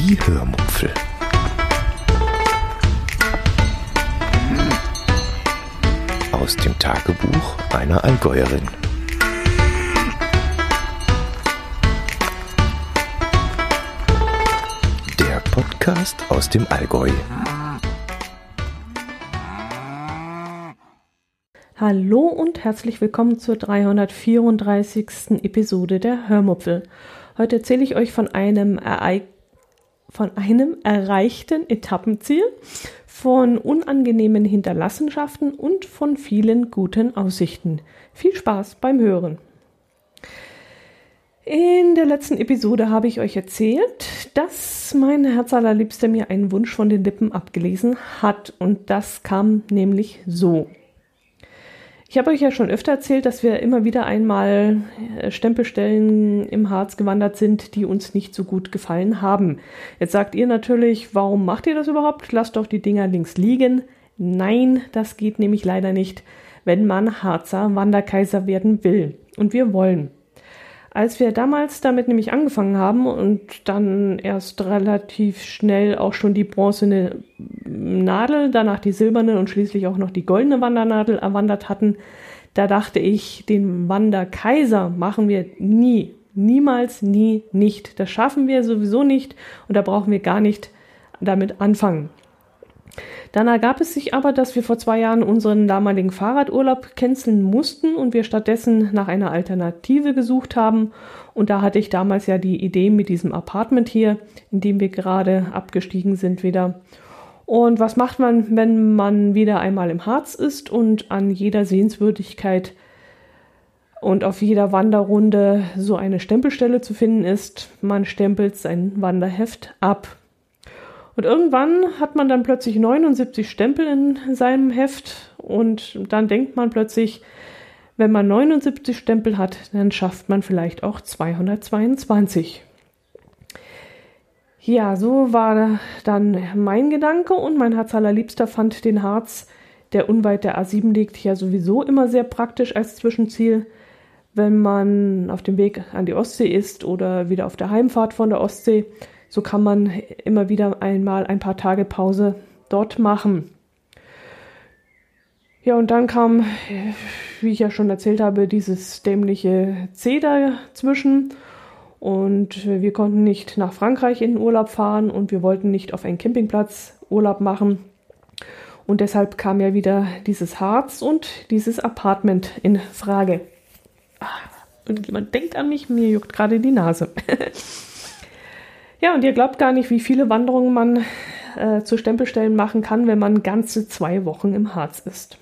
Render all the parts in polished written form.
Die Hörmupfel. Aus dem Tagebuch einer Allgäuerin. Der Podcast aus dem Allgäu. Hallo und herzlich willkommen zur 334. Episode der Hörmupfel. Heute erzähle ich euch von einem erreichten Etappenziel, von unangenehmen Hinterlassenschaften und von vielen guten Aussichten. Viel Spaß beim Hören. In der letzten Episode habe ich euch erzählt, dass mein Herzallerliebster mir einen Wunsch von den Lippen abgelesen hat, und das kam nämlich so. Ich habe euch ja schon öfter erzählt, dass wir immer wieder einmal Stempelstellen im Harz gewandert sind, die uns nicht so gut gefallen haben. Jetzt sagt ihr natürlich, warum macht ihr das überhaupt? Lasst doch die Dinger links liegen. Nein, das geht nämlich leider nicht, wenn man Harzer Wanderkaiser werden will. Und wir wollen. Als wir damals damit nämlich angefangen haben und dann erst relativ schnell auch schon die bronzene Nadel, danach die silberne und schließlich auch noch die goldene Wandernadel erwandert hatten, da dachte ich, den Wanderkaiser machen wir nie, niemals, nie, nicht. Das schaffen wir sowieso nicht und da brauchen wir gar nicht damit anfangen. Dann ergab es sich aber, dass wir vor 2 Jahren unseren damaligen Fahrradurlaub canceln mussten und wir stattdessen nach einer Alternative gesucht haben. Und da hatte ich damals ja die Idee mit diesem Apartment hier, in dem wir gerade abgestiegen sind wieder. Und was macht man, wenn man wieder einmal im Harz ist und an jeder Sehenswürdigkeit und auf jeder Wanderrunde so eine Stempelstelle zu finden ist? Man stempelt sein Wanderheft ab. Und irgendwann hat man dann plötzlich 79 Stempel in seinem Heft und dann denkt man plötzlich, wenn man 79 Stempel hat, dann schafft man vielleicht auch 222. Ja, so war dann mein Gedanke, und mein Herzallerliebster fand den Harz, der unweit der A7 liegt, ja sowieso immer sehr praktisch als Zwischenziel, wenn man auf dem Weg an die Ostsee ist oder wieder auf der Heimfahrt von der Ostsee. So kann man immer wieder einmal ein paar Tage Pause dort machen. Ja, und dann kam, wie ich ja schon erzählt habe, dieses dämliche C dazwischen. Und wir konnten nicht nach Frankreich in den Urlaub fahren und wir wollten nicht auf einen Campingplatz Urlaub machen. Und deshalb kam ja wieder dieses Harz und dieses Apartment in Frage. Und jemand denkt an mich, mir juckt gerade die Nase. Ja, und ihr glaubt gar nicht, wie viele Wanderungen man zu Stempelstellen machen kann, wenn man ganze 2 Wochen im Harz ist.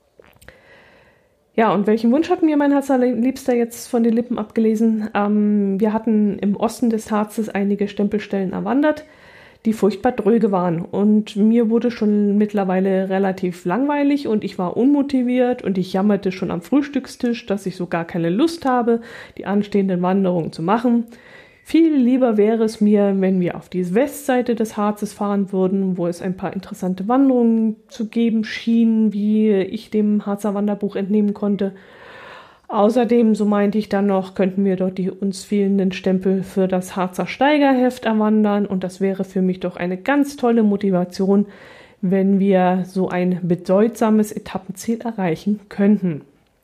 Ja, und welchen Wunsch hat mir mein Herzallerliebster jetzt von den Lippen abgelesen? Wir hatten im Osten des Harzes einige Stempelstellen erwandert, die furchtbar dröge waren. Und mir wurde schon mittlerweile relativ langweilig und ich war unmotiviert und ich jammerte schon am Frühstückstisch, dass ich so gar keine Lust habe, die anstehenden Wanderungen zu machen. Viel lieber wäre es mir, wenn wir auf die Westseite des Harzes fahren würden, wo es ein paar interessante Wanderungen zu geben schien, wie ich dem Harzer Wanderbuch entnehmen konnte. Außerdem, so meinte ich dann noch, könnten wir dort die uns fehlenden Stempel für das Harzer Steigerheft erwandern, und das wäre für mich doch eine ganz tolle Motivation, wenn wir so ein bedeutsames Etappenziel erreichen könnten.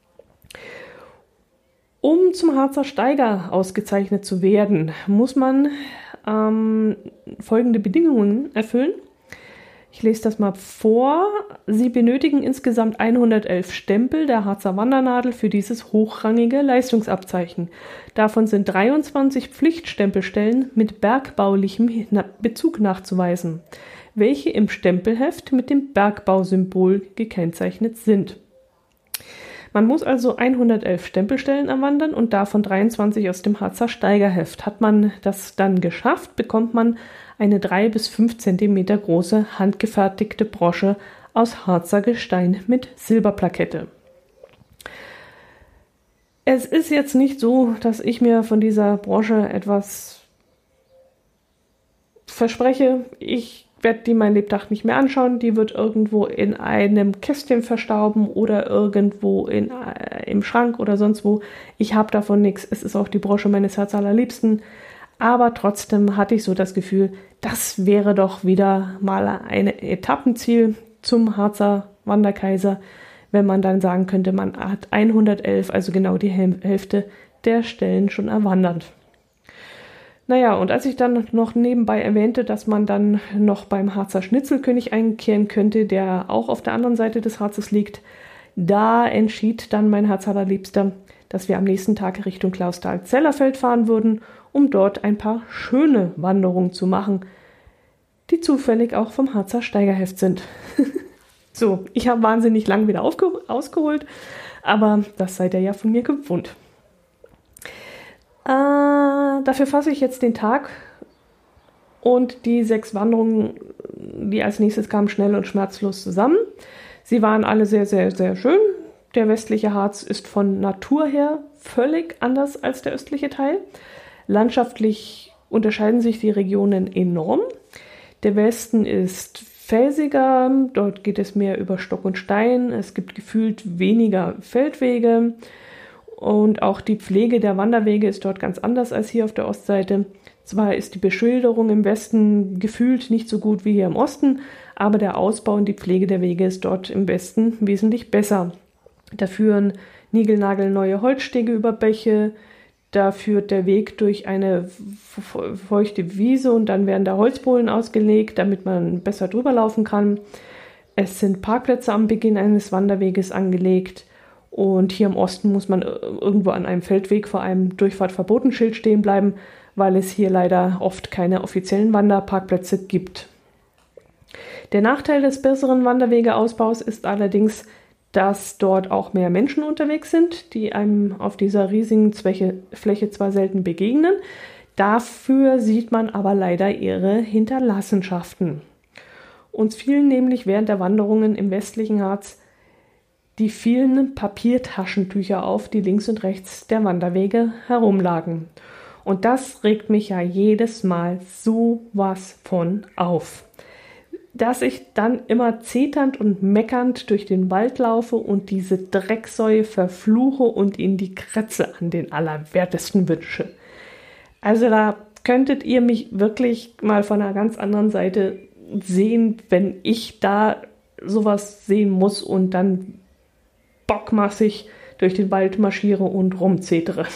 Um zum Harzer Steiger ausgezeichnet zu werden, muss man folgende Bedingungen erfüllen. Ich lese das mal vor. Sie benötigen insgesamt 111 Stempel der Harzer Wandernadel für dieses hochrangige Leistungsabzeichen. Davon sind 23 Pflichtstempelstellen mit bergbaulichem Bezug nachzuweisen, welche im Stempelheft mit dem Bergbausymbol gekennzeichnet sind. Man muss also 111 Stempelstellen erwandern und davon 23 aus dem Harzer Steigerheft. Hat man das dann geschafft, bekommt man eine 3 bis 5 Zentimeter große handgefertigte Brosche aus Harzer Gestein mit Silberplakette. Es ist jetzt nicht so, dass ich mir von dieser Brosche etwas verspreche. Ich werde die mein Lebtag nicht mehr anschauen. Die wird irgendwo in einem Kästchen verstauben oder irgendwo im Schrank oder sonst wo. Ich habe davon nichts. Es ist auch die Brosche meines Herzallerliebsten. Aber trotzdem hatte ich so das Gefühl, das wäre doch wieder mal ein Etappenziel zum Harzer Wanderkaiser, wenn man dann sagen könnte, man hat 111, also genau die Hälfte der Stellen schon erwandert. Naja, und als ich dann noch nebenbei erwähnte, dass man dann noch beim Harzer Schnitzelkönig einkehren könnte, der auch auf der anderen Seite des Harzes liegt, da entschied dann mein Herz allerliebster, dass wir am nächsten Tag Richtung Clausthal-Zellerfeld fahren würden, um dort ein paar schöne Wanderungen zu machen, die zufällig auch vom Harzer Steigerheft sind. So, ich habe wahnsinnig lang wieder ausgeholt, aber das seid ihr ja von mir gewohnt. Dafür fasse ich jetzt den Tag und die 6 Wanderungen, die als nächstes kamen, schnell und schmerzlos zusammen. Sie waren alle sehr, sehr, sehr schön. Der westliche Harz ist von Natur her völlig anders als der östliche Teil. Landschaftlich unterscheiden sich die Regionen enorm. Der Westen ist felsiger, dort geht es mehr über Stock und Stein. Es gibt gefühlt weniger Feldwege. Und auch die Pflege der Wanderwege ist dort ganz anders als hier auf der Ostseite. Zwar ist die Beschilderung im Westen gefühlt nicht so gut wie hier im Osten, aber der Ausbau und die Pflege der Wege ist dort im Westen wesentlich besser. Da führen niegelnagelneue Holzstege über Bäche, da führt der Weg durch eine feuchte Wiese und dann werden da Holzbohlen ausgelegt, damit man besser drüber laufen kann. Es sind Parkplätze am Beginn eines Wanderweges angelegt. Und hier im Osten muss man irgendwo an einem Feldweg vor einem Durchfahrtverbotenschild stehen bleiben, weil es hier leider oft keine offiziellen Wanderparkplätze gibt. Der Nachteil des besseren Wanderwegeausbaus ist allerdings, dass dort auch mehr Menschen unterwegs sind, die einem auf dieser riesigen Fläche zwar selten begegnen, dafür sieht man aber leider ihre Hinterlassenschaften. Uns fielen nämlich während der Wanderungen im westlichen Harz die vielen Papiertaschentücher auf, die links und rechts der Wanderwege herumlagen. Und das regt mich ja jedes Mal sowas von auf. Dass ich dann immer zeternd und meckernd durch den Wald laufe und diese Drecksäue verfluche und in die Krätze an den Allerwertesten wünsche. Also da könntet ihr mich wirklich mal von einer ganz anderen Seite sehen, wenn ich da sowas sehen muss und dann bockmassig durch den Wald marschiere und rumzetere.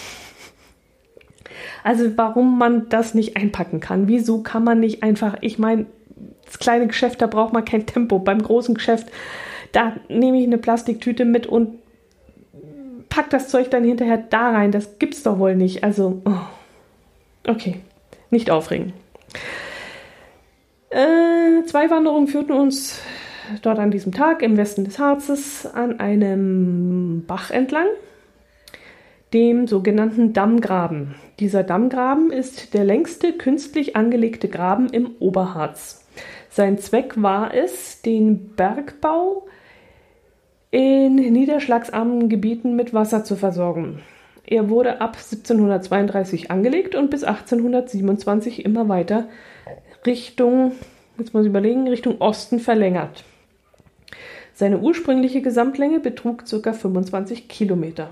Also warum man das nicht einpacken kann? Wieso kann man nicht einfach, ich meine, das kleine Geschäft, da braucht man kein Tempo. Beim großen Geschäft, da nehme ich eine Plastiktüte mit und pack das Zeug dann hinterher da rein. Das gibt's doch wohl nicht. Also, okay, nicht aufregen. 2 Wanderungen führten uns dort an diesem Tag im Westen des Harzes an einem Bach entlang, dem sogenannten Dammgraben. Dieser Dammgraben ist der längste künstlich angelegte Graben im Oberharz. Sein Zweck war es, den Bergbau in niederschlagsarmen Gebieten mit Wasser zu versorgen. Er wurde ab 1732 angelegt und bis 1827 immer weiter Richtung Osten verlängert. Seine ursprüngliche Gesamtlänge betrug ca. 25 Kilometer.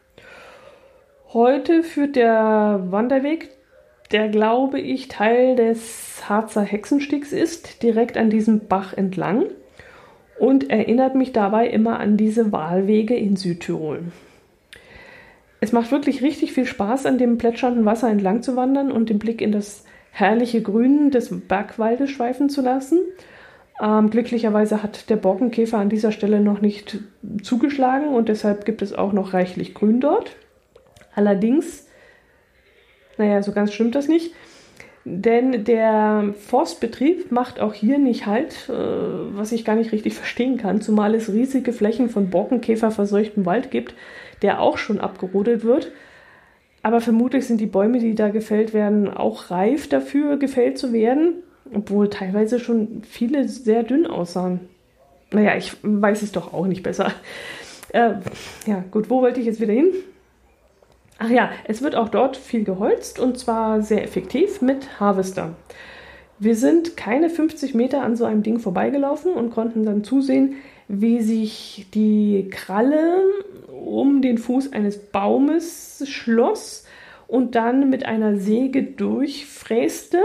Heute führt der Wanderweg, der, glaube ich, Teil des Harzer Hexenstiegs ist, direkt an diesem Bach entlang und erinnert mich dabei immer an diese Wahlwege in Südtirol. Es macht wirklich richtig viel Spaß, an dem plätschernden Wasser entlang zu wandern und den Blick in das herrliche Grün des Bergwaldes schweifen zu lassen. Glücklicherweise hat der Borkenkäfer an dieser Stelle noch nicht zugeschlagen und deshalb gibt es auch noch reichlich Grün dort. Allerdings, so ganz stimmt das nicht, denn der Forstbetrieb macht auch hier nicht Halt, was ich gar nicht richtig verstehen kann, zumal es riesige Flächen von Borkenkäferverseuchtem Wald gibt, der auch schon abgerodet wird. Aber vermutlich sind die Bäume, die da gefällt werden, auch reif dafür, gefällt zu werden, obwohl teilweise schon viele sehr dünn aussahen. Ich weiß es doch auch nicht besser. Gut, wo wollte ich jetzt wieder hin? Ach ja, es wird auch dort viel geholzt und zwar sehr effektiv mit Harvester. Wir sind keine 50 Meter an so einem Ding vorbeigelaufen und konnten dann zusehen, wie sich die Kralle um den Fuß eines Baumes schloss und dann mit einer Säge durchfräste,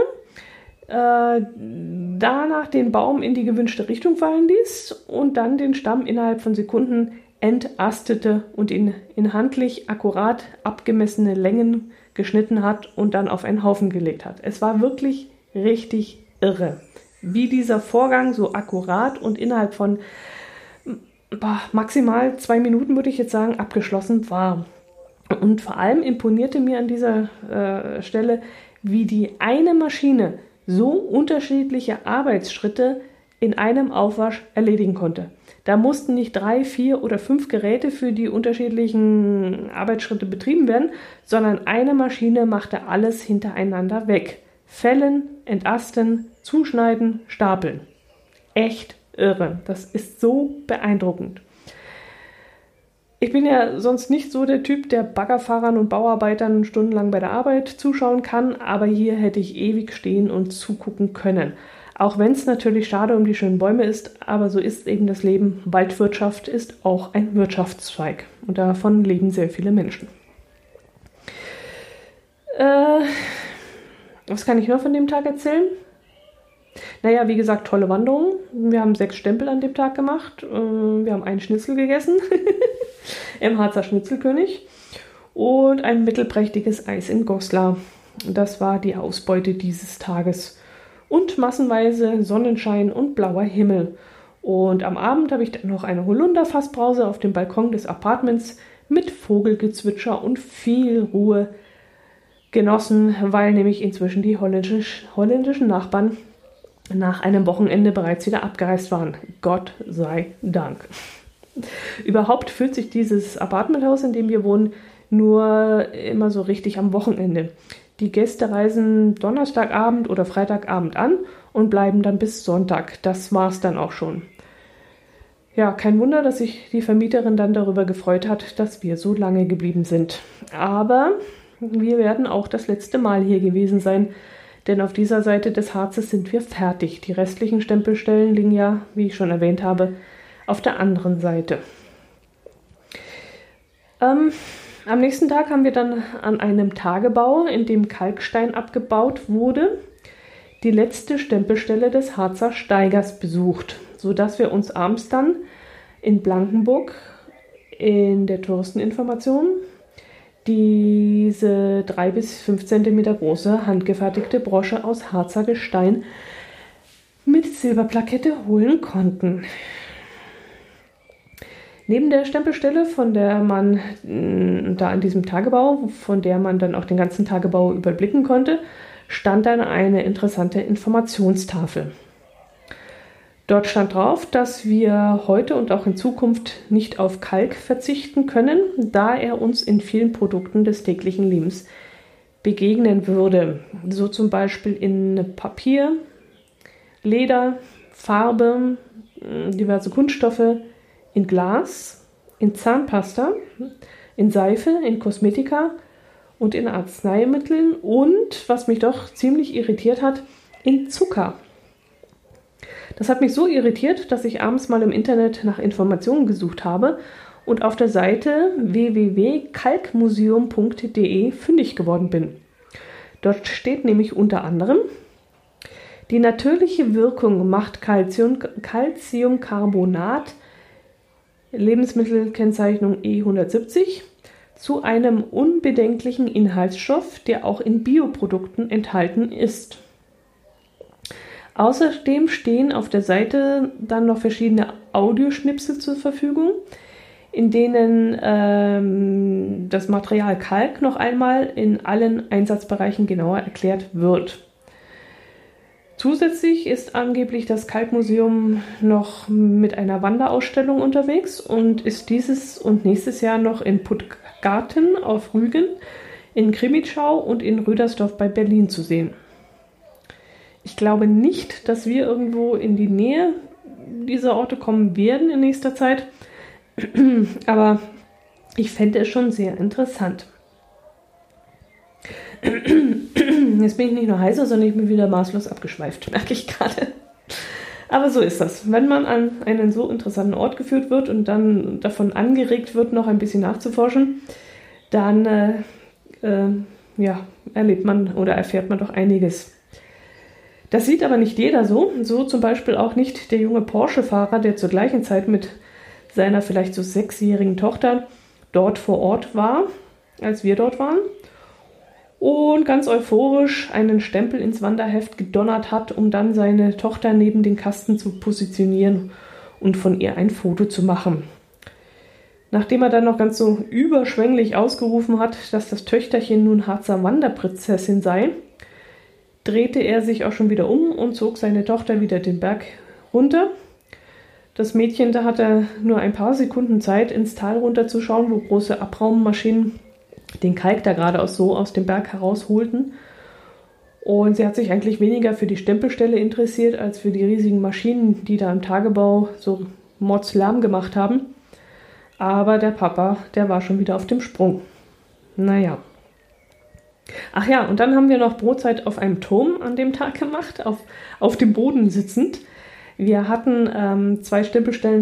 danach den Baum in die gewünschte Richtung fallen ließ und dann den Stamm innerhalb von Sekunden entastete und ihn in handlich akkurat abgemessene Längen geschnitten hat und dann auf einen Haufen gelegt hat. Es war wirklich richtig irre, wie dieser Vorgang so akkurat und innerhalb von maximal 2 Minuten, würde ich jetzt sagen, abgeschlossen war. Und vor allem imponierte mir an dieser Stelle, wie die eine Maschine so unterschiedliche Arbeitsschritte in einem Aufwasch erledigen konnte. Da mussten nicht 3, 4 oder 5 Geräte für die unterschiedlichen Arbeitsschritte betrieben werden, sondern eine Maschine machte alles hintereinander weg. Fällen, entasten, zuschneiden, stapeln. Echt irre. Das ist so beeindruckend. Ich bin ja sonst nicht so der Typ, der Baggerfahrern und Bauarbeitern stundenlang bei der Arbeit zuschauen kann, aber hier hätte ich ewig stehen und zugucken können. Auch wenn es natürlich schade um die schönen Bäume ist, aber so ist eben das Leben. Waldwirtschaft ist auch ein Wirtschaftszweig und davon leben sehr viele Menschen. Was kann ich noch von dem Tag erzählen? Naja, wie gesagt, tolle Wanderung. Wir haben 6 Stempel an dem Tag gemacht. Wir haben einen Schnitzel gegessen im Harzer Schnitzelkönig und ein mittelprächtiges Eis in Goslar. Das war die Ausbeute dieses Tages. Und massenweise Sonnenschein und blauer Himmel. Und am Abend habe ich dann noch eine Holunderfassbrause auf dem Balkon des Apartments mit Vogelgezwitscher und viel Ruhe genossen, weil nämlich inzwischen die holländischen Nachbarn nach einem Wochenende bereits wieder abgereist waren. Gott sei Dank. Überhaupt fühlt sich dieses Apartmenthaus, in dem wir wohnen, nur immer so richtig am Wochenende. Die Gäste reisen Donnerstagabend oder Freitagabend an und bleiben dann bis Sonntag. Das war's dann auch schon. Ja, kein Wunder, dass sich die Vermieterin dann darüber gefreut hat, dass wir so lange geblieben sind. Aber wir werden auch das letzte Mal hier gewesen sein, denn auf dieser Seite des Harzes sind wir fertig. Die restlichen Stempelstellen liegen ja, wie ich schon erwähnt habe, auf der anderen Seite. Am nächsten Tag haben wir dann an einem Tagebau, in dem Kalkstein abgebaut wurde, die letzte Stempelstelle des Harzer Steigers besucht, sodass wir uns abends dann in Blankenburg in der Touristeninformation diese 3 bis 5 cm große handgefertigte Brosche aus Harzer Gestein mit Silberplakette holen konnten. Neben der Stempelstelle, von der man da an diesem Tagebau, von der man dann auch den ganzen Tagebau überblicken konnte, stand dann eine interessante Informationstafel. Dort stand drauf, dass wir heute und auch in Zukunft nicht auf Kalk verzichten können, da er uns in vielen Produkten des täglichen Lebens begegnen würde. So zum Beispiel in Papier, Leder, Farbe, diverse Kunststoffe, in Glas, in Zahnpasta, in Seife, in Kosmetika und in Arzneimitteln und, was mich doch ziemlich irritiert hat, in Zucker. Das hat mich so irritiert, dass ich abends mal im Internet nach Informationen gesucht habe und auf der Seite www.kalkmuseum.de fündig geworden bin. Dort steht nämlich unter anderem: Die natürliche Wirkung macht Calciumcarbonat, Lebensmittelkennzeichnung E170, zu einem unbedenklichen Inhaltsstoff, der auch in Bioprodukten enthalten ist. Außerdem stehen auf der Seite dann noch verschiedene Audioschnipsel zur Verfügung, in denen das Material Kalk noch einmal in allen Einsatzbereichen genauer erklärt wird. Zusätzlich ist angeblich das Kalkmuseum noch mit einer Wanderausstellung unterwegs und ist dieses und nächstes Jahr noch in Puttgarten auf Rügen, in Krimitschau und in Rüdersdorf bei Berlin zu sehen. Ich glaube nicht, dass wir irgendwo in die Nähe dieser Orte kommen werden in nächster Zeit, aber ich fände es schon sehr interessant. Jetzt bin ich nicht nur heiser, sondern ich bin wieder maßlos abgeschweift, merke ich gerade. Aber so ist das. Wenn man an einen so interessanten Ort geführt wird und dann davon angeregt wird, noch ein bisschen nachzuforschen, dann erlebt man oder erfährt man doch einiges. Das sieht aber nicht jeder so. So zum Beispiel auch nicht der junge Porsche-Fahrer, der zur gleichen Zeit mit seiner vielleicht so 6-jährigen Tochter dort vor Ort war, als wir dort waren. Und ganz euphorisch einen Stempel ins Wanderheft gedonnert hat, um dann seine Tochter neben den Kasten zu positionieren und von ihr ein Foto zu machen. Nachdem er dann noch ganz so überschwänglich ausgerufen hat, dass das Töchterchen nun Harzer Wanderprinzessin sei, drehte er sich auch schon wieder um und zog seine Tochter wieder den Berg runter. Das Mädchen, da hatte nur ein paar Sekunden Zeit, ins Tal runterzuschauen, wo große Abraummaschinen den Kalk da gerade aus dem Berg herausholten. Und sie hat sich eigentlich weniger für die Stempelstelle interessiert, als für die riesigen Maschinen, die da im Tagebau so Mordslärm gemacht haben. Aber der Papa, der war schon wieder auf dem Sprung. Naja. Ach ja, und dann haben wir noch Brotzeit auf einem Turm an dem Tag gemacht, auf dem Boden sitzend. Wir hatten an zwei Stempelstellen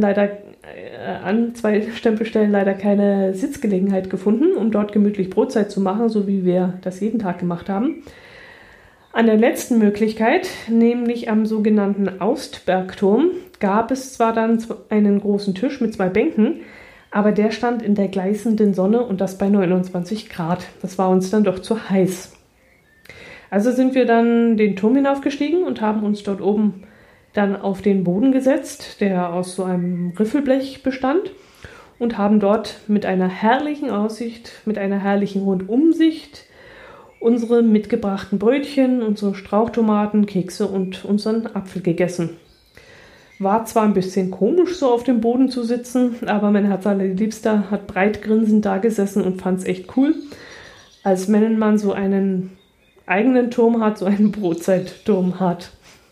leider keine Sitzgelegenheit gefunden, um dort gemütlich Brotzeit zu machen, so wie wir das jeden Tag gemacht haben. An der letzten Möglichkeit, nämlich am sogenannten Austbergturm, gab es zwar dann einen großen Tisch mit 2 Bänken, aber der stand in der gleißenden Sonne und das bei 29 Grad. Das war uns dann doch zu heiß. Also sind wir dann den Turm hinaufgestiegen und haben uns dort oben dann auf den Boden gesetzt, der aus so einem Riffelblech bestand, und haben dort mit einer herrlichen Aussicht, mit einer herrlichen Rundumsicht unsere mitgebrachten Brötchen, unsere Strauchtomaten, Kekse und unseren Apfel gegessen. War zwar ein bisschen komisch, so auf dem Boden zu sitzen, aber mein Herzallerliebster hat breit grinsend da gesessen und fand es echt cool, als wenn man so einen eigenen Turm hat, so einen Brotzeitturm hat.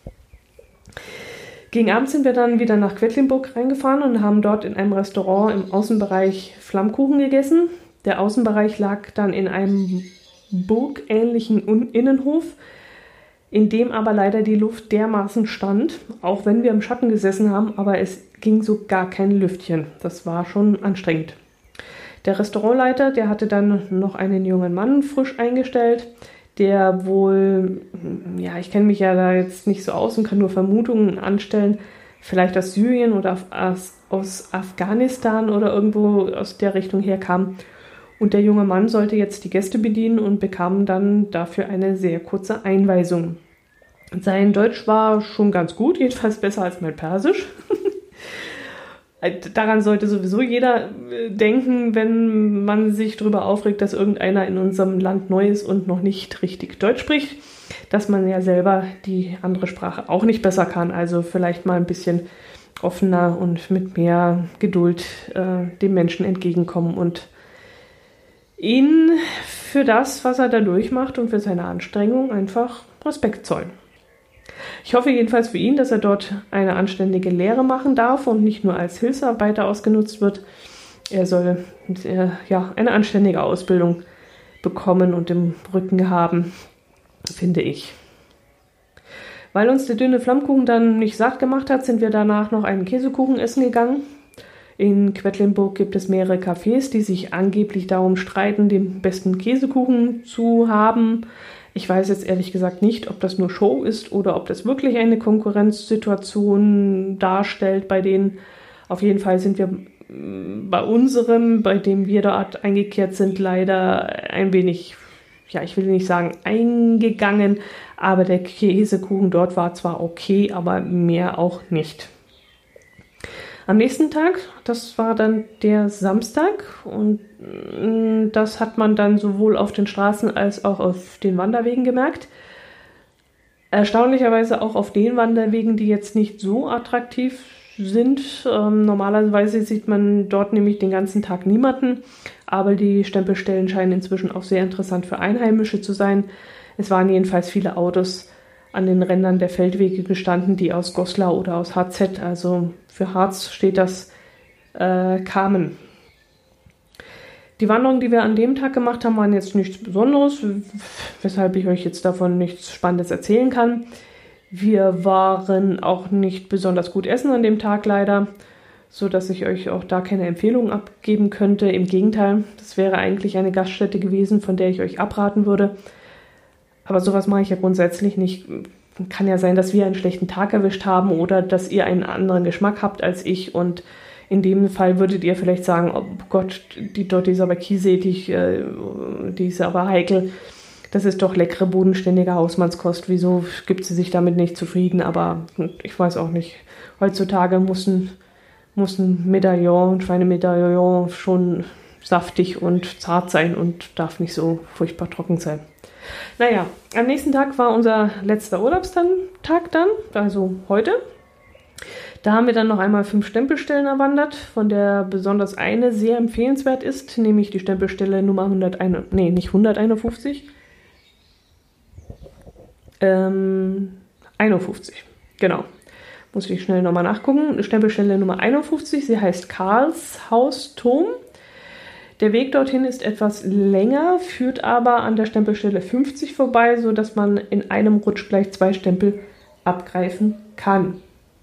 Gegen Abend sind wir dann wieder nach Quedlinburg reingefahren und haben dort in einem Restaurant im Außenbereich Flammkuchen gegessen. Der Außenbereich lag dann in einem burgähnlichen Innenhof, in dem aber leider die Luft dermaßen stand, auch wenn wir im Schatten gesessen haben, aber es ging so gar kein Lüftchen. Das war schon anstrengend. Der Restaurantleiter, der hatte dann noch einen jungen Mann frisch eingestellt, der wohl, ich kenne mich ja da jetzt nicht so aus und kann nur Vermutungen anstellen, vielleicht aus Syrien oder aus Afghanistan oder irgendwo aus der Richtung herkam. Und der junge Mann sollte jetzt die Gäste bedienen und bekam dann dafür eine sehr kurze Einweisung. Sein Deutsch war schon ganz gut, jedenfalls besser als mein Persisch. Daran sollte sowieso jeder denken, wenn man sich darüber aufregt, dass irgendeiner in unserem Land neu ist und noch nicht richtig Deutsch spricht, dass man ja selber die andere Sprache auch nicht besser kann. Also vielleicht mal ein bisschen offener und mit mehr Geduld dem Menschen entgegenkommen und ihn für das, was er da durchmacht und für seine Anstrengung einfach Respekt zollen. Ich hoffe jedenfalls für ihn, dass er dort eine anständige Lehre machen darf und nicht nur als Hilfsarbeiter ausgenutzt wird. Er soll eine anständige Ausbildung bekommen und im Rücken haben, finde ich. Weil uns der dünne Flammkuchen dann nicht satt gemacht hat, sind wir danach noch einen Käsekuchen essen gegangen. In Quedlinburg gibt es mehrere Cafés, die sich angeblich darum streiten, den besten Käsekuchen zu haben. Ich weiß jetzt ehrlich gesagt nicht, ob das nur Show ist oder ob das wirklich eine Konkurrenzsituation darstellt bei denen. Auf jeden Fall sind wir bei unserem, bei dem wir dort eingekehrt sind, leider ein wenig, ich will nicht sagen eingegangen, aber der Käsekuchen dort war zwar okay, aber mehr auch nicht. Am nächsten Tag, das war dann der Samstag, und das hat man dann sowohl auf den Straßen als auch auf den Wanderwegen gemerkt. Erstaunlicherweise auch auf den Wanderwegen, die jetzt nicht so attraktiv sind. Normalerweise sieht man dort nämlich den ganzen Tag niemanden, aber die Stempelstellen scheinen inzwischen auch sehr interessant für Einheimische zu sein. Es waren jedenfalls viele Autos an den Rändern der Feldwege gestanden, die aus Goslar oder aus HZ, also für Harz steht das, kamen. Die Wanderungen, die wir an dem Tag gemacht haben, waren jetzt nichts Besonderes, weshalb ich euch jetzt davon nichts Spannendes erzählen kann. Wir waren auch nicht besonders gut essen an dem Tag leider, sodass ich euch auch da keine Empfehlung abgeben könnte. Im Gegenteil, das wäre eigentlich eine Gaststätte gewesen, von der ich euch abraten würde. Aber sowas mache ich ja grundsätzlich nicht. Kann ja sein, dass wir einen schlechten Tag erwischt haben oder dass ihr einen anderen Geschmack habt als ich. Und in dem Fall würdet ihr vielleicht sagen, oh Gott, die dort ist aber kieselig, die ist aber heikel. Das ist doch leckere, bodenständige Hausmannskost. Wieso gibt sie sich damit nicht zufrieden? Aber ich weiß auch nicht. Heutzutage muss ein Medaillon, ein Schweinemedaillon schon saftig und zart sein und darf nicht so furchtbar trocken sein. Naja, am nächsten Tag war unser letzter Urlaubstag dann, also heute. Da haben wir dann noch einmal 5 Stempelstellen erwandert, von der besonders eine sehr empfehlenswert ist, nämlich die Stempelstelle Nummer 51, genau. Muss ich schnell nochmal nachgucken. Stempelstelle Nummer 51, sie heißt Karlshausturm. Der Weg dorthin ist etwas länger, führt aber an der Stempelstelle 50 vorbei, sodass man in einem Rutsch gleich 2 Stempel abgreifen kann.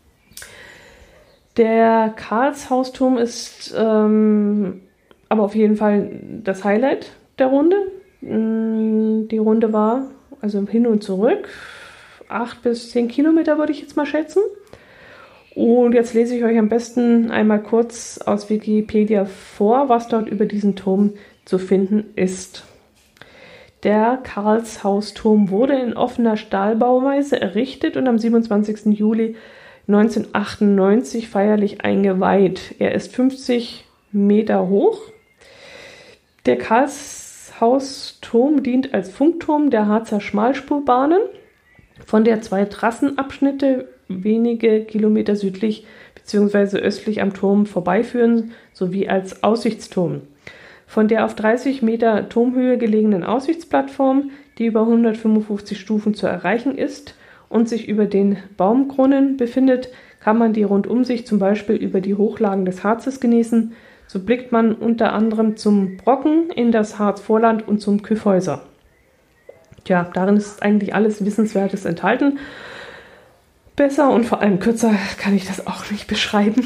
Der Karlshausturm ist aber auf jeden Fall das Highlight der Runde. Die Runde war also hin und zurück 8 bis 10 Kilometer, würde ich jetzt mal schätzen. Und jetzt lese ich euch am besten einmal kurz aus Wikipedia vor, was dort über diesen Turm zu finden ist. Der Karlshausturm wurde in offener Stahlbauweise errichtet und am 27. Juli 1998 feierlich eingeweiht. Er ist 50 Meter hoch. Der Karlshausturm dient als Funkturm der Harzer Schmalspurbahnen, von der 2 Trassenabschnitte wenige Kilometer südlich bzw. östlich am Turm vorbeiführen, sowie als Aussichtsturm. Von der auf 30 Meter Turmhöhe gelegenen Aussichtsplattform, die über 155 Stufen zu erreichen ist und sich über den Baumkronen befindet, kann man die Rundumsicht zum Beispiel über die Hochlagen des Harzes genießen. So blickt man unter anderem zum Brocken, in das Harzvorland und zum Kyffhäuser. Tja, darin ist eigentlich alles Wissenswertes enthalten. Besser und vor allem kürzer kann ich das auch nicht beschreiben.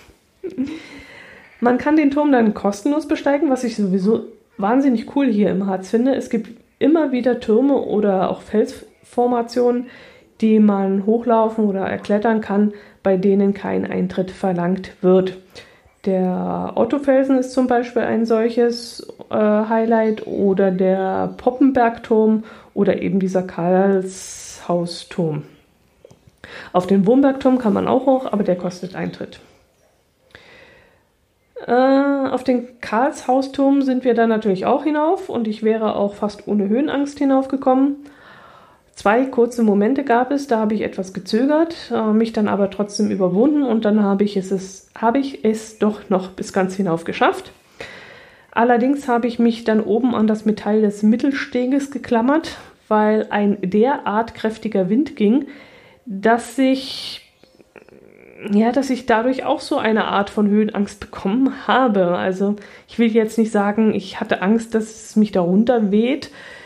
Man kann den Turm dann kostenlos besteigen, was ich sowieso wahnsinnig cool hier im Harz finde. Es gibt immer wieder Türme oder auch Felsformationen, die man hochlaufen oder erklettern kann, bei denen kein Eintritt verlangt wird. Der Ottofelsen ist zum Beispiel ein solches Highlight oder der Poppenbergturm oder eben dieser Karlshausturm. Auf den Wurmbergturm kann man auch hoch, aber der kostet Eintritt. Auf den Karlshausturm sind wir dann natürlich auch hinauf und ich wäre auch fast ohne Höhenangst hinaufgekommen. 2 kurze Momente gab es, da habe ich etwas gezögert, mich dann aber trotzdem überwunden und dann habe ich es doch noch bis ganz hinauf geschafft. Allerdings habe ich mich dann oben an das Metall des Mittelsteges geklammert, weil ein derart kräftiger Wind ging, dass ich dadurch auch so eine Art von Höhenangst bekommen habe. Also ich will jetzt nicht sagen, ich hatte Angst, dass es mich da runter weht.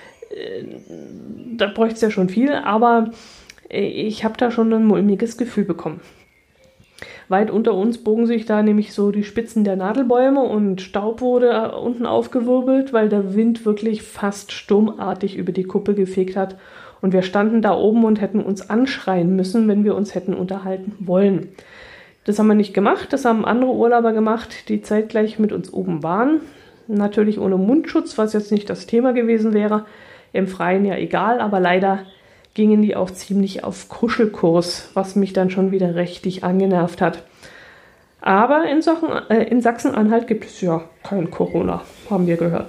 Da bräuchte es ja schon viel, aber ich habe da schon ein mulmiges Gefühl bekommen. Weit unter uns bogen sich da nämlich so die Spitzen der Nadelbäume und Staub wurde unten aufgewirbelt, weil der Wind wirklich fast sturmartig über die Kuppe gefegt hat. Und wir standen da oben und hätten uns anschreien müssen, wenn wir uns hätten unterhalten wollen. Das haben wir nicht gemacht, das haben andere Urlauber gemacht, die zeitgleich mit uns oben waren. Natürlich ohne Mundschutz, was jetzt nicht das Thema gewesen wäre. Im Freien ja egal, aber leider gingen die auch ziemlich auf Kuschelkurs, was mich dann schon wieder richtig angenervt hat. Aber in Sachsen-Anhalt gibt es ja kein Corona, haben wir gehört.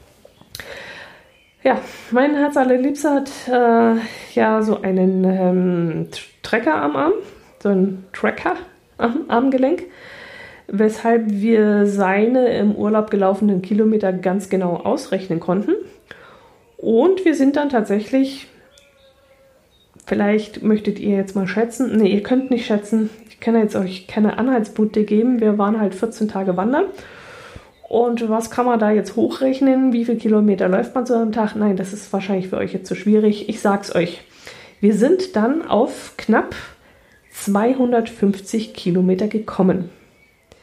Ja, mein Herz allerliebster hat so einen Trecker am Arm, so einen Tracker am Armgelenk, weshalb wir seine im Urlaub gelaufenen Kilometer ganz genau ausrechnen konnten. Und wir sind dann tatsächlich, vielleicht möchtet ihr jetzt mal schätzen, nee, ihr könnt nicht schätzen, ich kann jetzt euch keine Anhaltspunkte geben, wir waren halt 14 Tage wandern. Und was kann man da jetzt hochrechnen? Wie viele Kilometer läuft man so am Tag? Nein, das ist wahrscheinlich für euch jetzt zu schwierig. Ich sag's euch. Wir sind dann auf knapp 250 Kilometer gekommen.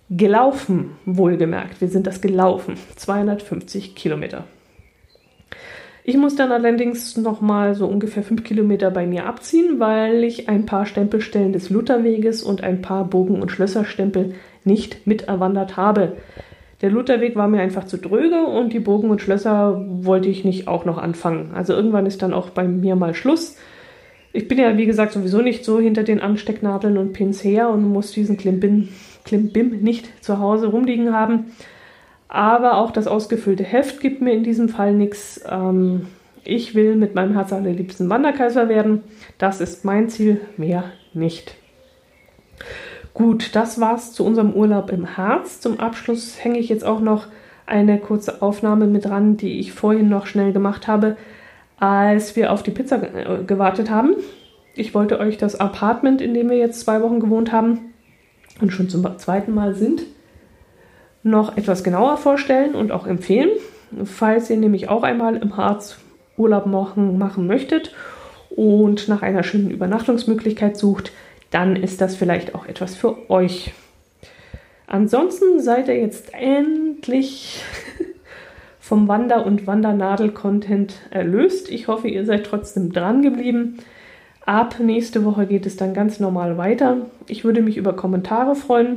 Gelaufen, wohlgemerkt. Wir sind das gelaufen. 250 Kilometer. Ich muss dann allerdings nochmal so ungefähr 5 Kilometer bei mir abziehen, weil ich ein paar Stempelstellen des Lutherweges und ein paar Bogen- und Schlösserstempel nicht mit erwandert habe. Der Lutherweg war mir einfach zu dröge und die Bogen und Schlösser wollte ich nicht auch noch anfangen. Also irgendwann ist dann auch bei mir mal Schluss. Ich bin ja, wie gesagt, sowieso nicht so hinter den Anstecknadeln und Pins her und muss diesen Klimbim nicht zu Hause rumliegen haben. Aber auch das ausgefüllte Heft gibt mir in diesem Fall nichts. Ich will mit meinem Herz allerliebsten Wanderkaiser werden. Das ist mein Ziel, mehr nicht. Gut, das war's zu unserem Urlaub im Harz. Zum Abschluss hänge ich jetzt auch noch eine kurze Aufnahme mit dran, die ich vorhin noch schnell gemacht habe, als wir auf die Pizza gewartet haben. Ich wollte euch das Apartment, in dem wir jetzt 2 Wochen gewohnt haben und schon zum zweiten Mal sind, noch etwas genauer vorstellen und auch empfehlen. Falls ihr nämlich auch einmal im Harz Urlaub machen möchtet und nach einer schönen Übernachtungsmöglichkeit sucht, dann ist das vielleicht auch etwas für euch. Ansonsten seid ihr jetzt endlich vom Wander- und Wandernadel-Content erlöst. Ich hoffe, ihr seid trotzdem dran geblieben. Ab nächste Woche geht es dann ganz normal weiter. Ich würde mich über Kommentare freuen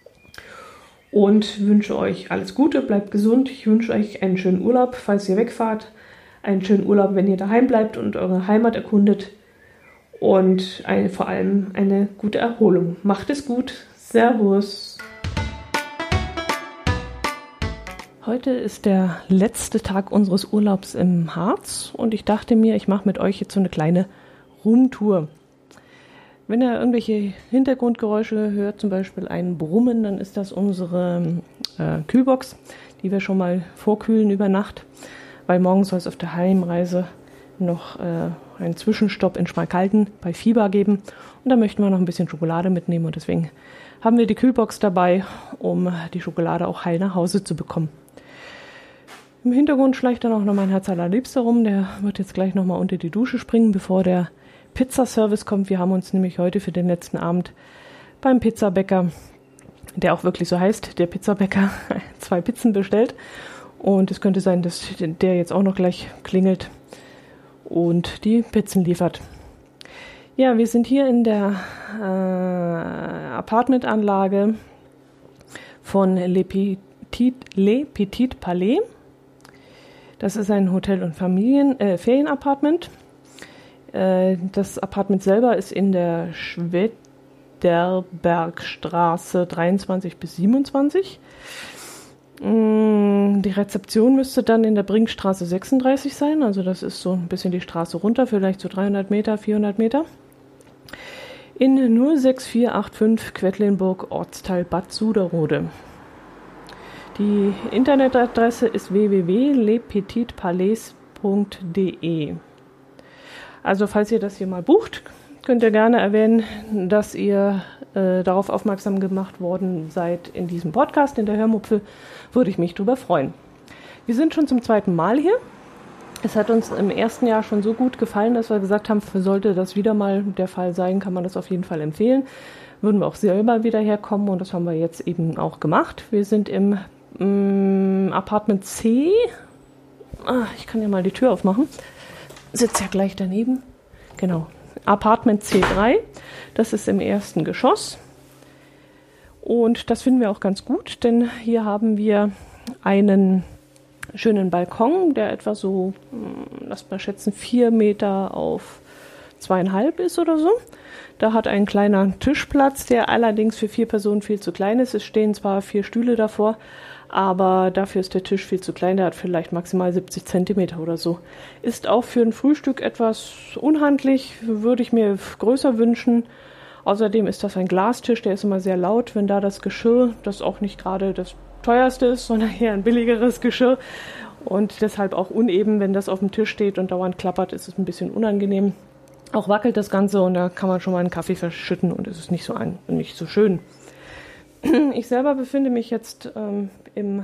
und wünsche euch alles Gute, bleibt gesund. Ich wünsche euch einen schönen Urlaub, falls ihr wegfahrt. Einen schönen Urlaub, wenn ihr daheim bleibt und eure Heimat erkundet. Und vor allem eine gute Erholung. Macht es gut. Servus. Heute ist der letzte Tag unseres Urlaubs im Harz und ich dachte mir, ich mache mit euch jetzt so eine kleine Roomtour. Wenn ihr irgendwelche Hintergrundgeräusche hört, zum Beispiel ein Brummen, dann ist das unsere Kühlbox, die wir schon mal vorkühlen über Nacht, weil morgen soll es auf der Heimreise noch einen Zwischenstopp in Schmalkalden bei Fieber geben und da möchten wir noch ein bisschen Schokolade mitnehmen und deswegen haben wir die Kühlbox dabei, um die Schokolade auch heil nach Hause zu bekommen. Im Hintergrund schleicht dann auch noch mein Herz allerliebster rum, der wird jetzt gleich nochmal unter die Dusche springen, bevor der Pizzaservice kommt. Wir haben uns nämlich heute für den letzten Abend beim Pizzabäcker, der auch wirklich so heißt, der Pizzabäcker, 2 Pizzen bestellt. Und es könnte sein, dass der jetzt auch noch gleich klingelt und die Pizzen liefert. Ja, wir sind hier in der Apartmentanlage von Le Petit Palais. Das ist ein Hotel- und Ferienapartment. Das Apartment selber ist in der Schwederbergstraße 23 bis 27. Die Rezeption müsste dann in der Brinkstraße 36 sein. Also das ist so ein bisschen die Straße runter, vielleicht so 300 Meter, 400 Meter. In 06485 Quedlinburg, Ortsteil Bad Suderrode. Die Internetadresse ist www.lepetitpalais.de. Also falls ihr das hier mal bucht, könnt ihr gerne erwähnen, dass ihr darauf aufmerksam gemacht worden seid in diesem Podcast, in der Hörmupfel, würde ich mich darüber freuen. Wir sind schon zum 2. Mal hier. Es hat uns im ersten Jahr schon so gut gefallen, dass wir gesagt haben, sollte das wieder mal der Fall sein, kann man das auf jeden Fall empfehlen. Würden wir auch selber wieder herkommen und das haben wir jetzt eben auch gemacht. Wir sind im Apartment C. Ich kann ja mal die Tür aufmachen. Sitzt ja gleich daneben. Genau. Apartment C3. Das ist im 1. Geschoss. Und das finden wir auch ganz gut, denn hier haben wir einen schönen Balkon, der etwa so, lasst mal schätzen, 4 Meter auf 2,5 ist oder so. Da hat ein kleiner Tischplatz, der allerdings für 4 Personen viel zu klein ist. Es stehen zwar 4 Stühle davor, aber dafür ist der Tisch viel zu klein. Der hat vielleicht maximal 70 Zentimeter oder so. Ist auch für ein Frühstück etwas unhandlich, würde ich mir größer wünschen. Außerdem ist das ein Glastisch, der ist immer sehr laut, wenn da das Geschirr, das auch nicht gerade das teuerste ist, sondern eher ein billigeres Geschirr und deshalb auch uneben, wenn das auf dem Tisch steht und dauernd klappert, ist es ein bisschen unangenehm. Auch wackelt das Ganze und da kann man schon mal einen Kaffee verschütten und es ist nicht so schön. Ich selber befinde mich jetzt im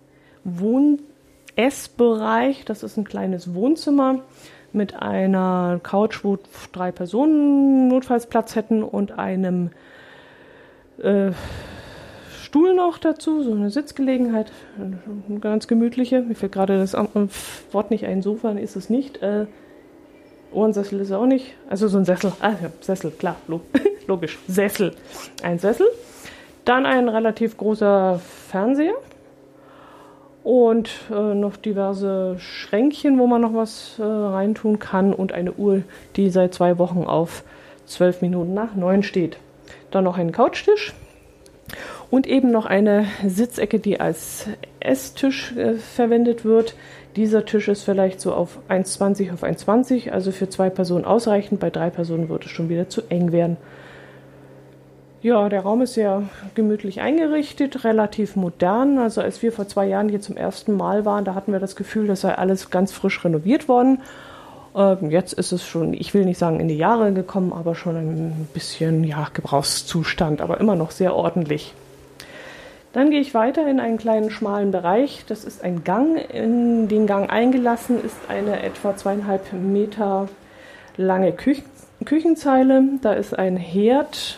Wohn-Essbereich. Das ist ein kleines Wohnzimmer mit einer Couch, wo 3 Personen notfalls Platz hätten und einem Stuhl noch dazu, so eine Sitzgelegenheit, eine ganz gemütliche. Mir fällt gerade das Wort nicht ein, Sofa ist es nicht. Ohrensessel ist auch nicht. Also so ein Sessel. Ja, Sessel, klar, logisch. Sessel. Ein Sessel. Dann ein relativ großer Fernseher. Und noch diverse Schränkchen, wo man noch was reintun kann. Und eine Uhr, die seit 2 Wochen auf 12 Minuten nach 9 steht. Dann noch ein Couchtisch. Und eben noch eine Sitzecke, die als Esstisch verwendet wird. Dieser Tisch ist vielleicht so auf 1,20 auf 1,20, also für 2 Personen ausreichend. Bei 3 Personen wird es schon wieder zu eng werden. Ja, der Raum ist sehr gemütlich eingerichtet, relativ modern. Also als wir vor 2 Jahren hier zum ersten Mal waren, da hatten wir das Gefühl, das sei alles ganz frisch renoviert worden. Jetzt ist es schon, ich will nicht sagen in die Jahre gekommen, aber schon ein bisschen Gebrauchszustand, aber immer noch sehr ordentlich. Dann gehe ich weiter in einen kleinen schmalen Bereich. Das ist ein Gang. In den Gang eingelassen ist eine etwa 2,5 Meter lange Küchenzeile. Da ist ein Herd,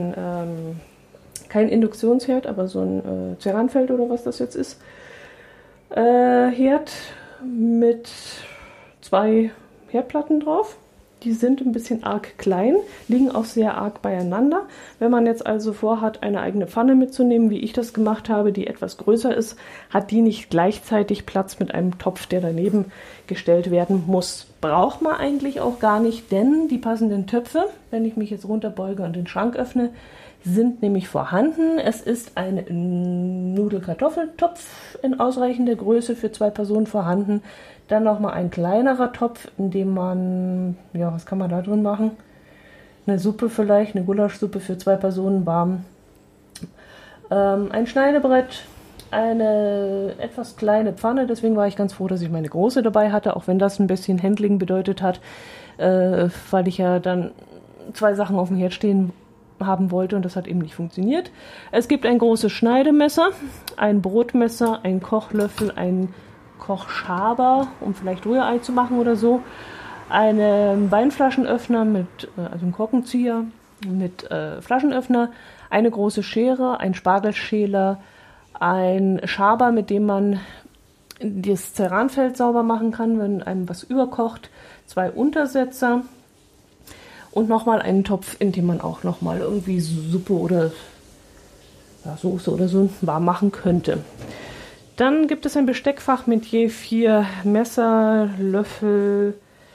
kein Induktionsherd, aber so ein Ceranfeld oder was das jetzt ist. Herd mit 2 Herdplatten drauf. Die sind ein bisschen arg klein, liegen auch sehr arg beieinander. Wenn man jetzt also vorhat, eine eigene Pfanne mitzunehmen, wie ich das gemacht habe, die etwas größer ist, hat die nicht gleichzeitig Platz mit einem Topf, der daneben gestellt werden muss. Braucht man eigentlich auch gar nicht, denn die passenden Töpfe, wenn ich mich jetzt runterbeuge und den Schrank öffne, sind nämlich vorhanden. Es ist ein Nudelkartoffeltopf in ausreichender Größe für 2 Personen vorhanden. Dann nochmal ein kleinerer Topf, in dem man, was kann man da drin machen? Eine Suppe vielleicht, eine Gulaschsuppe für 2 Personen warm. Ein Schneidebrett, eine etwas kleine Pfanne, deswegen war ich ganz froh, dass ich meine große dabei hatte, auch wenn das ein bisschen Handling bedeutet hat, weil ich ja dann 2 Sachen auf dem Herd stehen haben wollte und das hat eben nicht funktioniert. Es gibt ein großes Schneidemesser, ein Brotmesser, ein Kochlöffel, ein Kochschaber, um vielleicht Rührei zu machen oder so, einen Weinflaschenöffner also einen Korkenzieher mit Flaschenöffner, eine große Schere, ein Spargelschäler, ein Schaber, mit dem man das Ceranfeld sauber machen kann, wenn einem was überkocht, 2 Untersetzer und nochmal einen Topf, in dem man auch nochmal irgendwie Suppe oder Soße oder so warm machen könnte. Dann gibt es ein Besteckfach mit je 4 Messer, Löffel,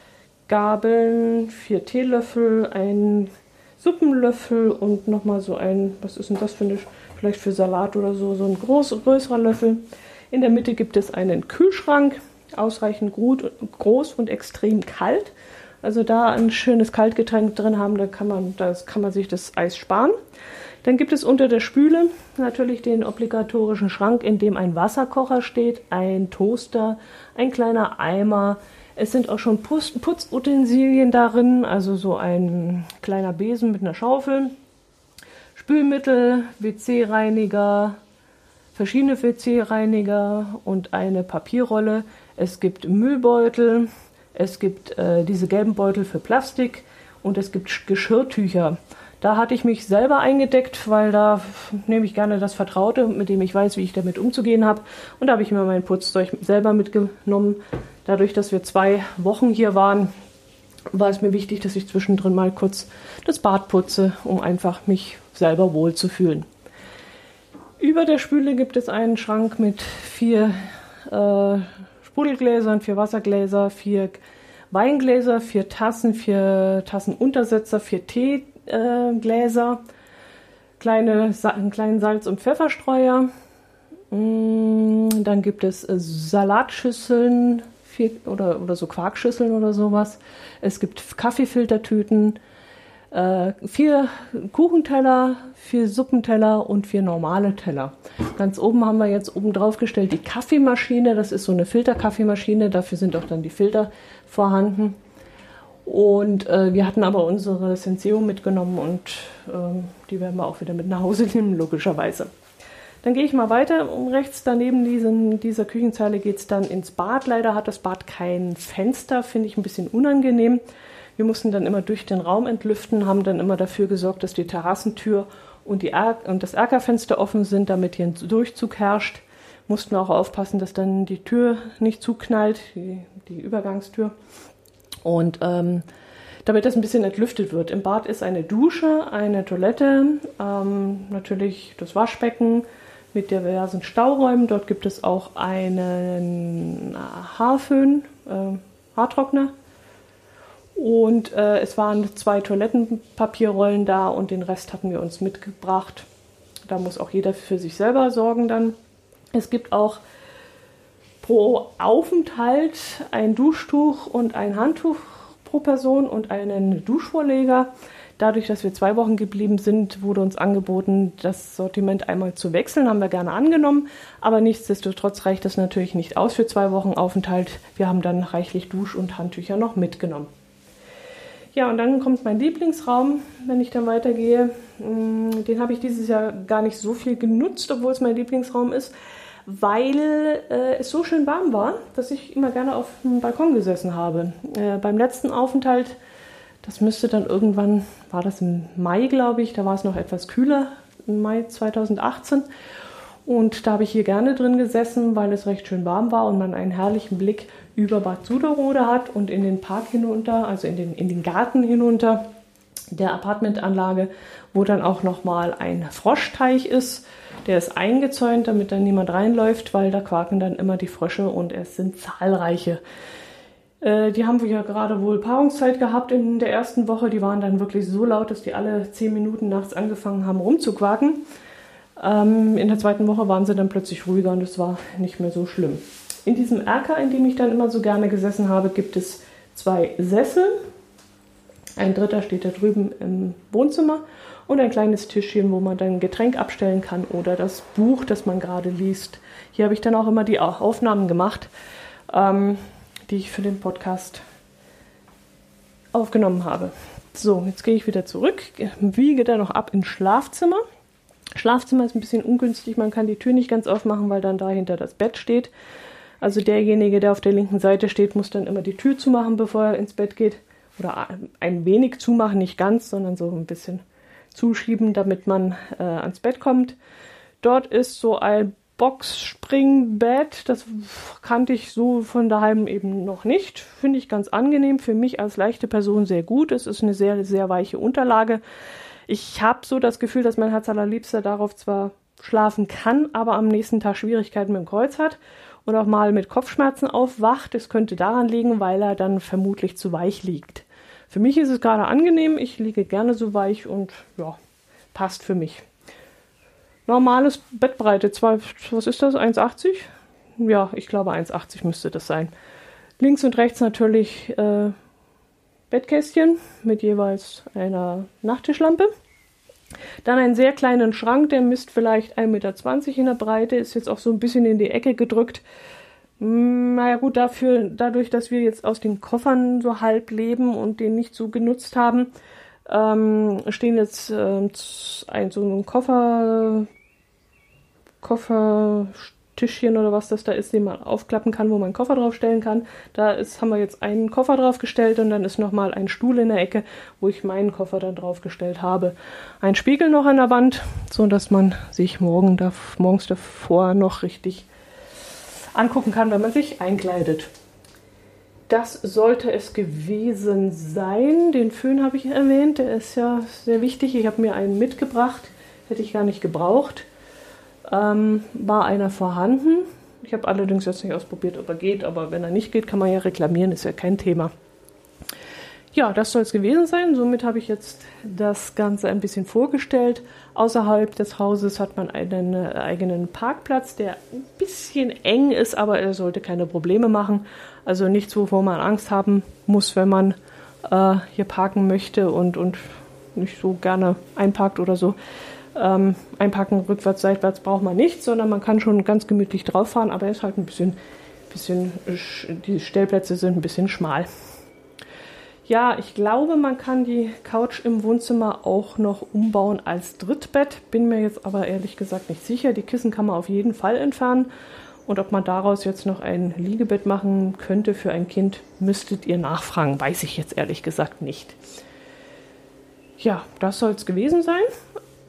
Gabeln, 4 Teelöffel, ein Suppenlöffel und nochmal so ein, was ist denn das vielleicht für Salat oder so, so ein größerer Löffel. In der Mitte gibt es einen Kühlschrank, ausreichend groß und extrem kalt. Also da ein schönes Kaltgetränk drin haben, da kann man sich das Eis sparen. Dann gibt es unter der Spüle natürlich den obligatorischen Schrank, in dem ein Wasserkocher steht, ein Toaster, ein kleiner Eimer. Es sind auch schon Putzutensilien darin, also so ein kleiner Besen mit einer Schaufel, Spülmittel, WC-Reiniger, verschiedene WC-Reiniger und eine Papierrolle. Es gibt Müllbeutel, es gibt diese gelben Beutel für Plastik und es gibt Geschirrtücher. Da hatte ich mich selber eingedeckt, weil da nehme ich gerne das Vertraute, mit dem ich weiß, wie ich damit umzugehen habe. Und da habe ich mir mein Putzzeug selber mitgenommen. Dadurch, dass wir 2 Wochen hier waren, war es mir wichtig, dass ich zwischendrin mal kurz das Bad putze, um einfach mich selber wohl zu fühlen. Über der Spüle gibt es einen Schrank mit 4 Sprudelgläsern, 4 Wassergläser, 4 Weingläser, 4 Tassen, 4 Tassenuntersetzer, 4 Teegläser, einen kleinen Salz- und Pfefferstreuer. Dann gibt es Salatschüsseln oder so Quarkschüsseln oder sowas. Es gibt Kaffeefiltertüten, 4 Kuchenteller, 4 Suppenteller und 4 normale Teller. Ganz oben haben wir jetzt oben drauf gestellt die Kaffeemaschine. Das ist so eine Filterkaffeemaschine. Dafür sind auch dann die Filter vorhanden. Und wir hatten aber unsere Senseo mitgenommen und die werden wir auch wieder mit nach Hause nehmen, logischerweise. Dann gehe ich mal weiter. Rechts daneben dieser Küchenzeile geht es dann ins Bad. Leider hat das Bad kein Fenster, finde ich ein bisschen unangenehm. Wir mussten dann immer durch den Raum entlüften, haben dann immer dafür gesorgt, dass die Terrassentür und das Erkerfenster offen sind, damit hier ein Durchzug herrscht, mussten wir auch aufpassen, dass dann die Tür nicht zuknallt, die Übergangstür. Und damit das ein bisschen entlüftet wird. Im Bad ist eine Dusche, eine Toilette, natürlich das Waschbecken mit diversen Stauräumen. Dort gibt es auch einen Haarföhn, Haartrockner. Und es waren 2 Toilettenpapierrollen da und den Rest hatten wir uns mitgebracht. Da muss auch jeder für sich selber sorgen dann. Es gibt auch pro Aufenthalt ein Duschtuch und ein Handtuch pro Person und einen Duschvorleger. Dadurch, dass wir 2 Wochen geblieben sind, wurde uns angeboten, das Sortiment einmal zu wechseln. Haben wir gerne angenommen, aber nichtsdestotrotz reicht das natürlich nicht aus für 2 Wochen Aufenthalt. Wir haben dann reichlich Dusch- und Handtücher noch mitgenommen. Ja, und dann kommt mein Lieblingsraum, wenn ich dann weitergehe. Den habe ich dieses Jahr gar nicht so viel genutzt, obwohl es mein Lieblingsraum ist, weil es so schön warm war, dass ich immer gerne auf dem Balkon gesessen habe. Beim letzten Aufenthalt, das müsste dann irgendwann, war das im Mai, glaube ich, da war es noch etwas kühler, im Mai 2018. Und da habe ich hier gerne drin gesessen, weil es recht schön warm war und man einen herrlichen Blick über Bad Suderode hat und in den Park hinunter, also in den Garten hinunter der Apartmentanlage, wo dann auch nochmal ein Froschteich ist. Der ist eingezäunt, damit dann niemand reinläuft, weil da quaken dann immer die Frösche und es sind zahlreiche. Die haben wir ja gerade wohl Paarungszeit gehabt in der ersten Woche. Die waren dann wirklich so laut, dass die alle 10 Minuten nachts angefangen haben rumzuquaken. In der zweiten Woche waren sie dann plötzlich ruhiger und es war nicht mehr so schlimm. In diesem Erker, in dem ich dann immer so gerne gesessen habe, gibt es 2 Sessel. Ein dritter steht da drüben im Wohnzimmer und ein kleines Tischchen, wo man dann ein Getränk abstellen kann oder das Buch, das man gerade liest. Hier habe ich dann auch immer die Aufnahmen gemacht, die ich für den Podcast aufgenommen habe. So, jetzt gehe ich wieder zurück, biege dann noch ab ins Schlafzimmer. Schlafzimmer ist ein bisschen ungünstig, man kann die Tür nicht ganz aufmachen, weil dann dahinter das Bett steht. Also derjenige, der auf der linken Seite steht, muss dann immer die Tür zumachen, bevor er ins Bett geht. Oder ein wenig zumachen, nicht ganz, sondern so ein bisschen zuschieben, damit man ans Bett kommt. Dort ist so ein Boxspringbett, das kannte ich so von daheim eben noch nicht. Finde ich ganz angenehm, für mich als leichte Person sehr gut. Es ist eine sehr, sehr weiche Unterlage. Ich habe so das Gefühl, dass mein Herz allerliebster darauf zwar schlafen kann, aber am nächsten Tag Schwierigkeiten mit dem Kreuz hat und auch mal mit Kopfschmerzen aufwacht. Es könnte daran liegen, weil er dann vermutlich zu weich liegt. Für mich ist es gerade angenehm, ich liege gerne so weich und ja, passt für mich. Normales Bettbreite, was ist das, 1,80? Ja, ich glaube 1,80 müsste das sein. Links und rechts natürlich Bettkästchen mit jeweils einer Nachttischlampe. Dann einen sehr kleinen Schrank, der misst vielleicht 1,20 Meter in der Breite, ist jetzt auch so ein bisschen in die Ecke gedrückt. Naja gut, dadurch, dass wir jetzt aus den Koffern so halb leben und den nicht so genutzt haben, stehen jetzt so ein Koffertischchen oder was das da ist, den man aufklappen kann, wo man einen Koffer draufstellen kann. Haben wir jetzt einen Koffer draufgestellt und dann ist nochmal ein Stuhl in der Ecke, wo ich meinen Koffer dann draufgestellt habe. Ein Spiegel noch an der Wand, so dass man sich morgens davor noch richtig angucken kann, wenn man sich einkleidet. Das sollte es gewesen sein. Den Föhn habe ich erwähnt, der ist ja sehr wichtig. Ich habe mir einen mitgebracht, hätte ich gar nicht gebraucht. War einer vorhanden. Ich habe allerdings jetzt nicht ausprobiert, ob er geht, aber wenn er nicht geht, kann man ja reklamieren, ist ja kein Thema. Ja, das soll es gewesen sein. Somit habe ich jetzt das Ganze ein bisschen vorgestellt. Außerhalb des Hauses hat man einen eigenen Parkplatz, der ein bisschen eng ist, aber er sollte keine Probleme machen. Also nichts, wovor man Angst haben muss, wenn man hier parken möchte und nicht so gerne einparkt oder so. Einparken rückwärts, seitwärts braucht man nicht, sondern man kann schon ganz gemütlich drauf fahren, aber er ist halt ein bisschen, die Stellplätze sind ein bisschen schmal. Ja, ich glaube, man kann die Couch im Wohnzimmer auch noch umbauen als Drittbett. Bin mir jetzt aber ehrlich gesagt nicht sicher. Die Kissen kann man auf jeden Fall entfernen. Und ob man daraus jetzt noch ein Liegebett machen könnte für ein Kind, müsstet ihr nachfragen. Weiß ich jetzt ehrlich gesagt nicht. Ja, das soll es gewesen sein.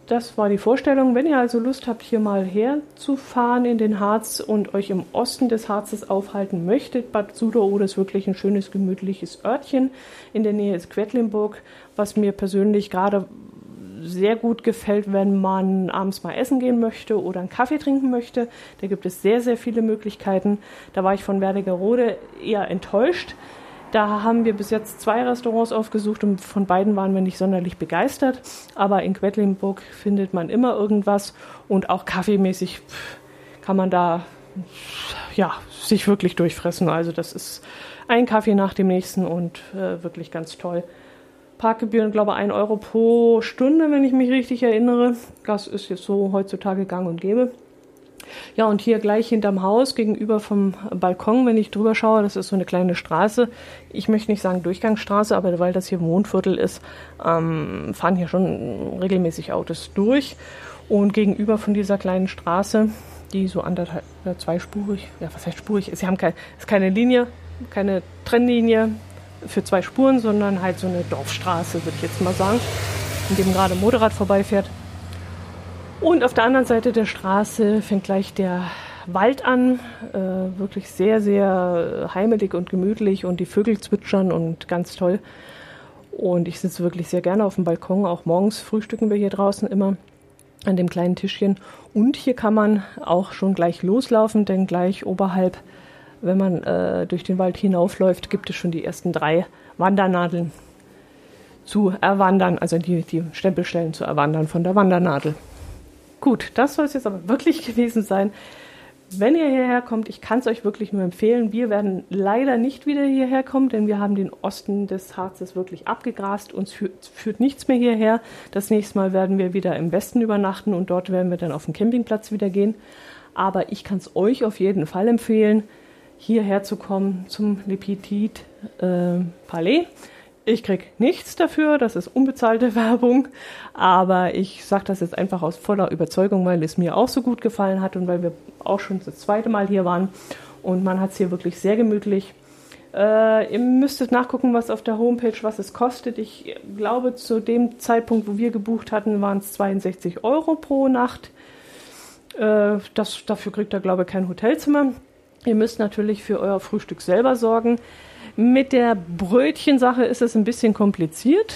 das war die Vorstellung. Wenn ihr also Lust habt, hier mal herzufahren in den Harz und euch im Osten des Harzes aufhalten möchtet, Bad Suderow ist wirklich ein schönes, gemütliches Örtchen. In der Nähe ist Quedlinburg, was mir persönlich gerade sehr gut gefällt, wenn man abends mal essen gehen möchte oder einen Kaffee trinken möchte. Da gibt es sehr, sehr viele Möglichkeiten. Da war ich von Wernigerode eher enttäuscht. Da haben wir bis jetzt 2 Restaurants aufgesucht und von beiden waren wir nicht sonderlich begeistert. Aber in Quedlinburg findet man immer irgendwas und auch kaffeemäßig kann man da sich wirklich durchfressen. Also das ist ein Kaffee nach dem nächsten und wirklich ganz toll. Parkgebühren, glaube ich, 1 Euro pro Stunde, wenn ich mich richtig erinnere. Das ist jetzt so heutzutage gang und gäbe. Ja, und hier gleich hinterm Haus, gegenüber vom Balkon, wenn ich drüber schaue, das ist so eine kleine Straße. Ich möchte nicht sagen Durchgangsstraße, aber weil das hier Wohnviertel ist, fahren hier schon regelmäßig Autos durch. Und gegenüber von dieser kleinen Straße, die so 1,5 oder 2-spurig, ja, was heißt spurig ist, ist keine Linie, keine Trennlinie für 2 Spuren, sondern halt so eine Dorfstraße, würde ich jetzt mal sagen, in dem gerade ein Motorrad vorbeifährt. Und auf der anderen Seite der Straße fängt gleich der Wald an, wirklich sehr, sehr heimelig und gemütlich und die Vögel zwitschern und ganz toll. Und ich sitze wirklich sehr gerne auf dem Balkon, auch morgens frühstücken wir hier draußen immer an dem kleinen Tischchen. Und hier kann man auch schon gleich loslaufen, denn gleich oberhalb, wenn man durch den Wald hinaufläuft, gibt es schon die ersten 3 Wandernadeln zu erwandern, also die Stempelstellen zu erwandern von der Wandernadel. Gut, das soll es jetzt aber wirklich gewesen sein. Wenn ihr hierher kommt, ich kann es euch wirklich nur empfehlen. Wir werden leider nicht wieder hierher kommen, denn wir haben den Osten des Harzes wirklich abgegrast. Uns führt nichts mehr hierher. Das nächste Mal werden wir wieder im Westen übernachten und dort werden wir dann auf den Campingplatz wieder gehen. Aber ich kann es euch auf jeden Fall empfehlen, hierher zu kommen zum Le Petit Palais. Ich kriege nichts dafür, das ist unbezahlte Werbung, aber ich sage das jetzt einfach aus voller Überzeugung, weil es mir auch so gut gefallen hat und weil wir auch schon das 2. Mal hier waren und man hat es hier wirklich sehr gemütlich. Ihr müsstet nachgucken, was auf der Homepage, was es kostet. Ich glaube, zu dem Zeitpunkt, wo wir gebucht hatten, waren es 62 Euro pro Nacht. Dafür kriegt ihr, glaube ich, kein Hotelzimmer. Ihr müsst natürlich für euer Frühstück selber sorgen. Mit der Brötchensache ist es ein bisschen kompliziert.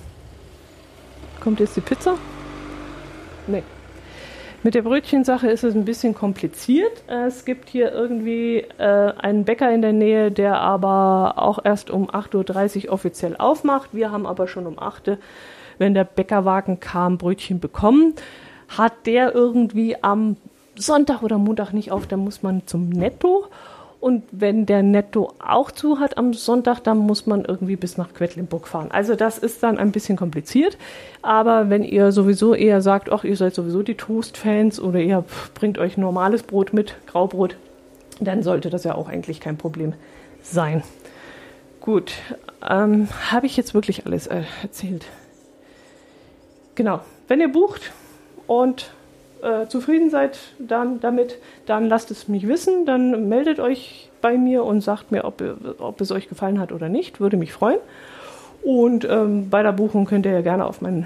Kommt jetzt die Pizza? Nee. Mit der Brötchensache ist es ein bisschen kompliziert. Es gibt hier irgendwie einen Bäcker in der Nähe, der aber auch erst um 8.30 Uhr offiziell aufmacht. Wir haben aber schon um 8 Uhr, wenn der Bäckerwagen kam, Brötchen bekommen. Hat der irgendwie am Sonntag oder Montag nicht auf, dann muss man zum Netto. Und wenn der Netto auch zu hat am Sonntag, dann muss man irgendwie bis nach Quedlinburg fahren. Also das ist dann ein bisschen kompliziert. Aber wenn ihr sowieso eher sagt, ach, ihr seid sowieso die Toast-Fans oder ihr bringt euch normales Brot mit, Graubrot, dann sollte das ja auch eigentlich kein Problem sein. Gut, habe ich jetzt wirklich alles erzählt? Genau, wenn ihr bucht und zufrieden seid damit, dann lasst es mich wissen, dann meldet euch bei mir und sagt mir, ob es euch gefallen hat oder nicht, würde mich freuen. Und bei der Buchung könnt ihr ja gerne auf meinen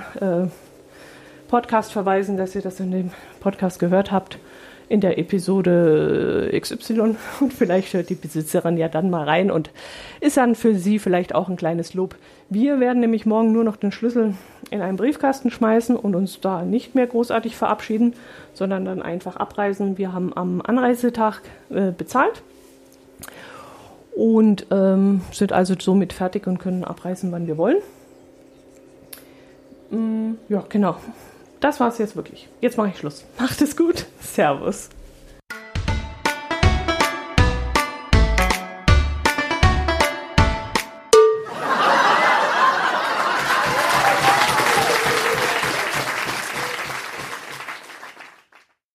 Podcast verweisen, dass ihr das in dem Podcast gehört habt, in der Episode XY und vielleicht hört die Besitzerin ja dann mal rein und ist dann für sie vielleicht auch ein kleines Lob. Wir werden nämlich morgen nur noch den Schlüssel in einen Briefkasten schmeißen und uns da nicht mehr großartig verabschieden, sondern dann einfach abreisen. Wir haben am Anreisetag bezahlt und sind also somit fertig und können abreisen, wann wir wollen. Ja, genau. Das war's jetzt wirklich. Jetzt mache ich Schluss. Macht es gut. Servus.